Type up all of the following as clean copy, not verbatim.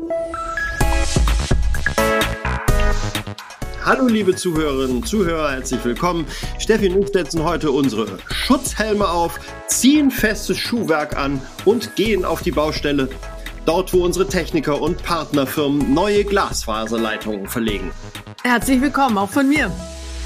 Hallo liebe Zuhörerinnen und Zuhörer, herzlich willkommen. Steffi und ich setzen heute unsere Schutzhelme auf, ziehen festes Schuhwerk an und gehen auf die Baustelle. Dort, wo unsere Techniker und Partnerfirmen neue Glasfaserleitungen verlegen. Herzlich willkommen, auch von mir.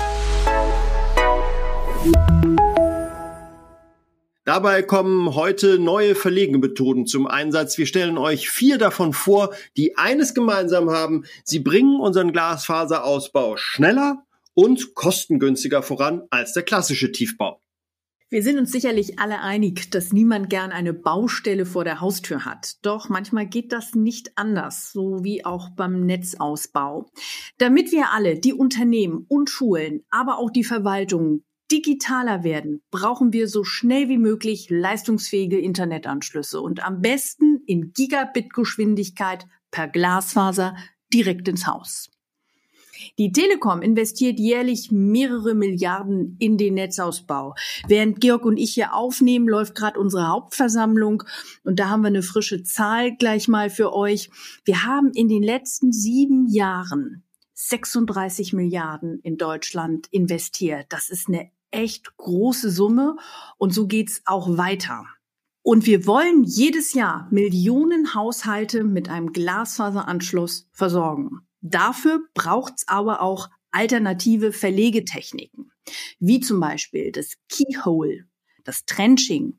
Dabei kommen heute neue Verlegemethoden zum Einsatz. Wir stellen euch 4 davon vor, die eines gemeinsam haben. Sie bringen unseren Glasfaserausbau schneller und kostengünstiger voran als der klassische Tiefbau. Wir sind uns sicherlich alle einig, dass niemand gern eine Baustelle vor der Haustür hat. Doch manchmal geht das nicht anders, so wie auch beim Netzausbau. Damit wir alle, die Unternehmen und Schulen, aber auch die Verwaltung, digitaler werden, brauchen wir so schnell wie möglich leistungsfähige Internetanschlüsse und am besten in Gigabit-Geschwindigkeit per Glasfaser direkt ins Haus. Die Telekom investiert jährlich mehrere Milliarden in den Netzausbau. Während Georg und ich hier aufnehmen, läuft gerade unsere Hauptversammlung und da haben wir eine frische Zahl gleich mal für euch. Wir haben in den letzten 7 Jahren 36 Milliarden in Deutschland investiert. Das ist eine echt große Summe und so geht's auch weiter. Und wir wollen jedes Jahr Millionen Haushalte mit einem Glasfaseranschluss versorgen. Dafür braucht's aber auch alternative Verlegetechniken, wie zum Beispiel das Keyhole, das Trenching,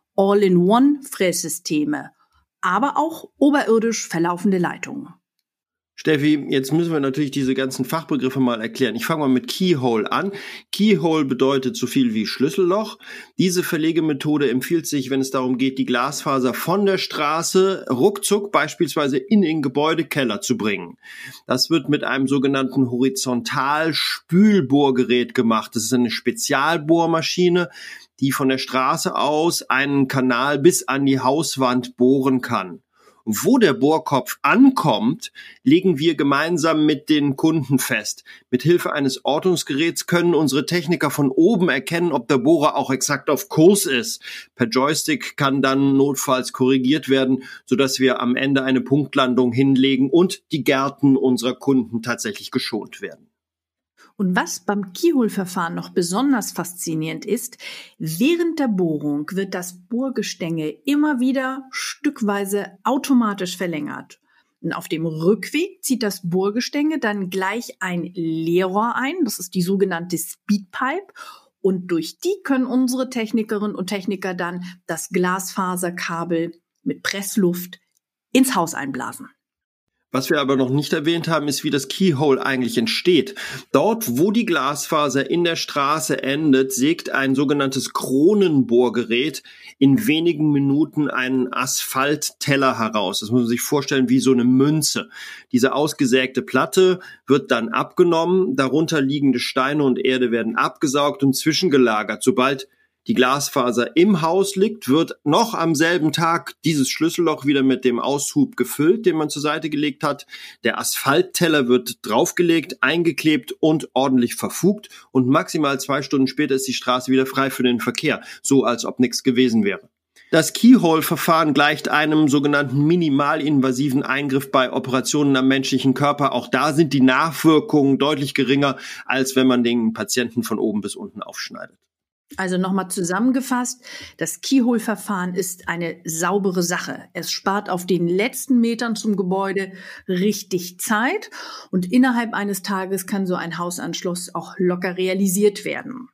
All-in-One-Frässysteme, aber auch oberirdisch verlaufende Leitungen. Steffi, jetzt müssen wir natürlich diese ganzen Fachbegriffe mal erklären. Ich fange mal mit Keyhole an. Keyhole bedeutet so viel wie Schlüsselloch. Diese Verlegemethode empfiehlt sich, wenn es darum geht, die Glasfaser von der Straße ruckzuck beispielsweise in den Gebäudekeller zu bringen. Das wird mit einem sogenannten Horizontalspülbohrgerät gemacht. Das ist eine Spezialbohrmaschine, die von der Straße aus einen Kanal bis an die Hauswand bohren kann. Wo der Bohrkopf ankommt, legen wir gemeinsam mit den Kunden fest. Mit Hilfe eines Ortungsgeräts können unsere Techniker von oben erkennen, ob der Bohrer auch exakt auf Kurs ist. Per Joystick kann dann notfalls korrigiert werden, sodass wir am Ende eine Punktlandung hinlegen und die Gärten unserer Kunden tatsächlich geschont werden. Und was beim Keyhole-Verfahren noch besonders faszinierend ist, während der Bohrung wird das Bohrgestänge immer wieder stückweise automatisch verlängert. Und auf dem Rückweg zieht das Bohrgestänge dann gleich ein Leerrohr ein, das ist die sogenannte Speedpipe. Und durch die können unsere Technikerinnen und Techniker dann das Glasfaserkabel mit Pressluft ins Haus einblasen. Was wir aber noch nicht erwähnt haben, ist, wie das Keyhole eigentlich entsteht. Dort, wo die Glasfaser in der Straße endet, sägt ein sogenanntes Kronenbohrgerät in wenigen Minuten einen Asphaltteller heraus. Das muss man sich vorstellen wie so eine Münze. Diese ausgesägte Platte wird dann abgenommen, darunter liegende Steine und Erde werden abgesaugt und zwischengelagert. Sobald die Glasfaser im Haus liegt, wird noch am selben Tag dieses Schlüsselloch wieder mit dem Aushub gefüllt, den man zur Seite gelegt hat. Der Asphaltteller wird draufgelegt, eingeklebt und ordentlich verfugt. Und maximal 2 Stunden später ist die Straße wieder frei für den Verkehr, so als ob nichts gewesen wäre. Das Keyhole-Verfahren gleicht einem sogenannten minimalinvasiven Eingriff bei Operationen am menschlichen Körper. Auch da sind die Nachwirkungen deutlich geringer, als wenn man den Patienten von oben bis unten aufschneidet. Also nochmal zusammengefasst, das Keyhole-Verfahren ist eine saubere Sache. Es spart auf den letzten Metern zum Gebäude richtig Zeit und innerhalb eines Tages kann so ein Hausanschluss auch locker realisiert werden.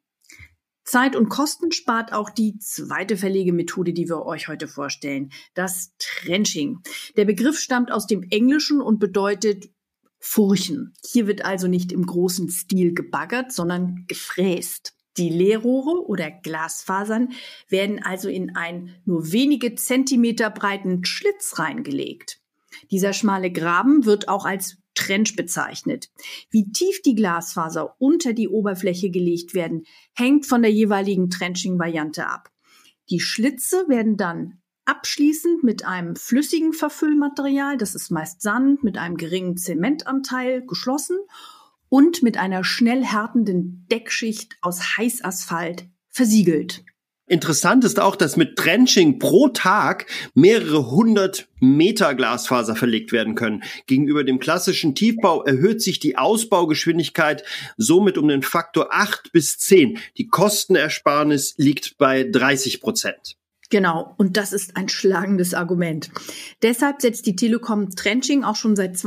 Zeit und Kosten spart auch die zweite Verlegemethode, die wir euch heute vorstellen, das Trenching. Der Begriff stammt aus dem Englischen und bedeutet Furchen. Hier wird also nicht im großen Stil gebaggert, sondern gefräst. Die Leerrohre oder Glasfasern werden also in einen nur wenige Zentimeter breiten Schlitz reingelegt. Dieser schmale Graben wird auch als Trench bezeichnet. Wie tief die Glasfaser unter die Oberfläche gelegt werden, hängt von der jeweiligen Trenching-Variante ab. Die Schlitze werden dann abschließend mit einem flüssigen Verfüllmaterial, das ist meist Sand mit einem geringen Zementanteil, geschlossen und mit einer schnell härtenden Deckschicht aus Heißasphalt versiegelt. Interessant ist auch, dass mit Trenching pro Tag mehrere 100 Meter Glasfaser verlegt werden können. Gegenüber dem klassischen Tiefbau erhöht sich die Ausbaugeschwindigkeit somit um den Faktor 8 bis 10. Die Kostenersparnis liegt bei 30%. Genau, und das ist ein schlagendes Argument. Deshalb setzt die Telekom Trenching auch schon seit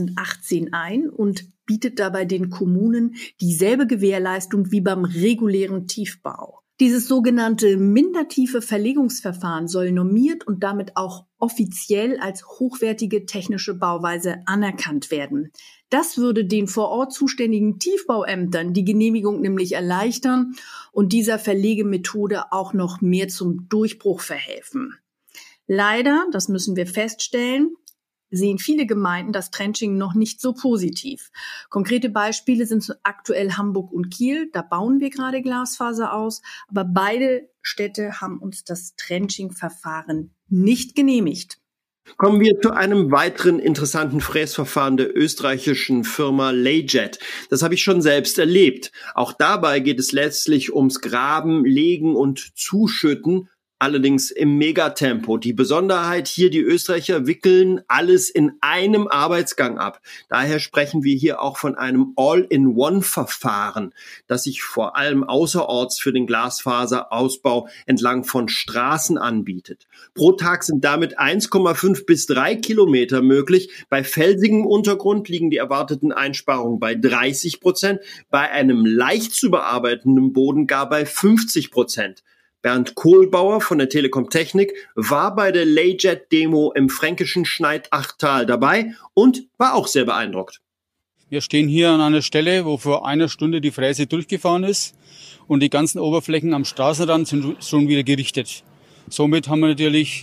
2018 ein und bietet dabei den Kommunen dieselbe Gewährleistung wie beim regulären Tiefbau. Dieses sogenannte mindertiefe Verlegungsverfahren soll normiert und damit auch offiziell als hochwertige technische Bauweise anerkannt werden. Das würde den vor Ort zuständigen Tiefbauämtern die Genehmigung nämlich erleichtern und dieser Verlegemethode auch noch mehr zum Durchbruch verhelfen. Leider, das müssen wir feststellen, sehen viele Gemeinden das Trenching noch nicht so positiv. Konkrete Beispiele sind aktuell Hamburg und Kiel. Da bauen wir gerade Glasfaser aus. Aber beide Städte haben uns das Trenching-Verfahren nicht genehmigt. Kommen wir zu einem weiteren interessanten Fräsverfahren der österreichischen Firma Layjet. Das habe ich schon selbst erlebt. Auch dabei geht es letztlich ums Graben, Legen und Zuschütten, allerdings im Megatempo. Die Besonderheit hier, die Österreicher wickeln alles in einem Arbeitsgang ab. Daher sprechen wir hier auch von einem All-in-One-Verfahren, das sich vor allem außerorts für den Glasfaserausbau entlang von Straßen anbietet. Pro Tag sind damit 1,5 bis 3 Kilometer möglich. Bei felsigem Untergrund liegen die erwarteten Einsparungen bei 30%, bei einem leicht zu bearbeitenden Boden gar bei 50%. Bernd Kohlbauer von der Telekom Technik war bei der Layjet-Demo im fränkischen Schneidachtal dabei und war auch sehr beeindruckt. Wir stehen hier an einer Stelle, wo vor einer Stunde die Fräse durchgefahren ist und die ganzen Oberflächen am Straßenrand sind schon wieder gerichtet. Somit haben wir natürlich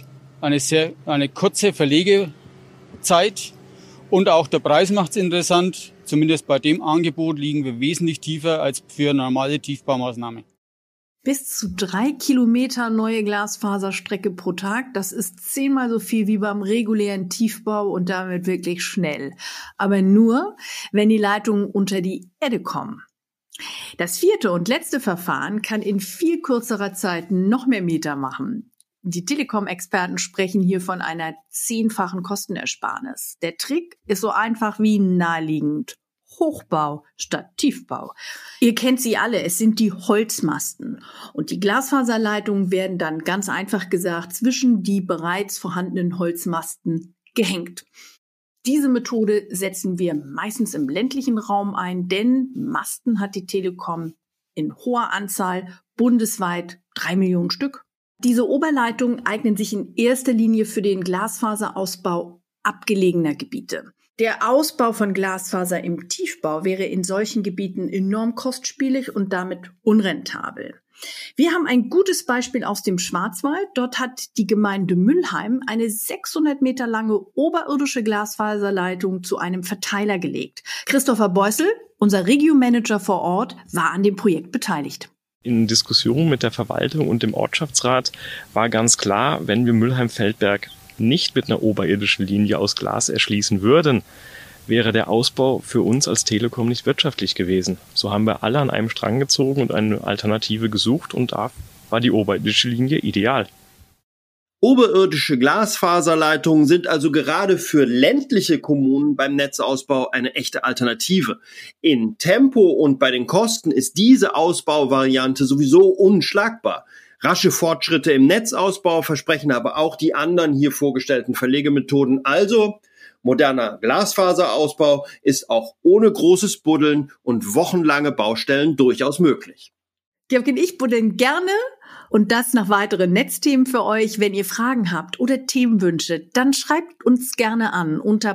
eine kurze Verlegezeit und auch der Preis macht es interessant. Zumindest bei dem Angebot liegen wir wesentlich tiefer als für eine normale Tiefbaumaßnahme. Bis zu 3 Kilometer neue Glasfaserstrecke pro Tag. Das ist 10-mal so viel wie beim regulären Tiefbau und damit wirklich schnell. Aber nur, wenn die Leitungen unter die Erde kommen. Das 4. und letzte Verfahren kann in viel kürzerer Zeit noch mehr Meter machen. Die Telekom-Experten sprechen hier von einer 10-fachen Kostenersparnis. Der Trick ist so einfach wie naheliegend. Hochbau statt Tiefbau. Ihr kennt sie alle, es sind die Holzmasten. Und die Glasfaserleitungen werden dann ganz einfach gesagt zwischen die bereits vorhandenen Holzmasten gehängt. Diese Methode setzen wir meistens im ländlichen Raum ein, denn Masten hat die Telekom in hoher Anzahl, bundesweit 3 Millionen Stück. Diese Oberleitungen eignen sich in erster Linie für den Glasfaserausbau abgelegener Gebiete. Der Ausbau von Glasfaser im Tiefbau wäre in solchen Gebieten enorm kostspielig und damit unrentabel. Wir haben ein gutes Beispiel aus dem Schwarzwald. Dort hat die Gemeinde Müllheim eine 600 Meter lange oberirdische Glasfaserleitung zu einem Verteiler gelegt. Christopher Beusel, unser Regiomanager vor Ort, war an dem Projekt beteiligt. In Diskussion mit der Verwaltung und dem Ortschaftsrat war ganz klar, wenn wir Müllheim-Feldberg nicht mit einer oberirdischen Linie aus Glas erschließen würden, wäre der Ausbau für uns als Telekom nicht wirtschaftlich gewesen. So haben wir alle an einem Strang gezogen und eine Alternative gesucht und da war die oberirdische Linie ideal. Oberirdische Glasfaserleitungen sind also gerade für ländliche Kommunen beim Netzausbau eine echte Alternative. In Tempo und bei den Kosten ist diese Ausbauvariante sowieso unschlagbar. Rasche Fortschritte im Netzausbau versprechen aber auch die anderen hier vorgestellten Verlegemethoden. Also, moderner Glasfaserausbau ist auch ohne großes Buddeln und wochenlange Baustellen durchaus möglich. Georg und ich buddeln gerne und das nach weiteren Netzthemen für euch. Wenn ihr Fragen habt oder Themenwünsche, dann schreibt uns gerne an unter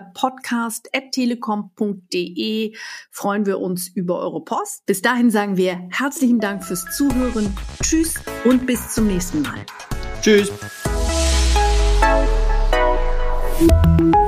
podcast@telekom.de. Freuen wir uns über eure Post. Bis dahin sagen wir herzlichen Dank fürs Zuhören. Tschüss und bis zum nächsten Mal. Tschüss.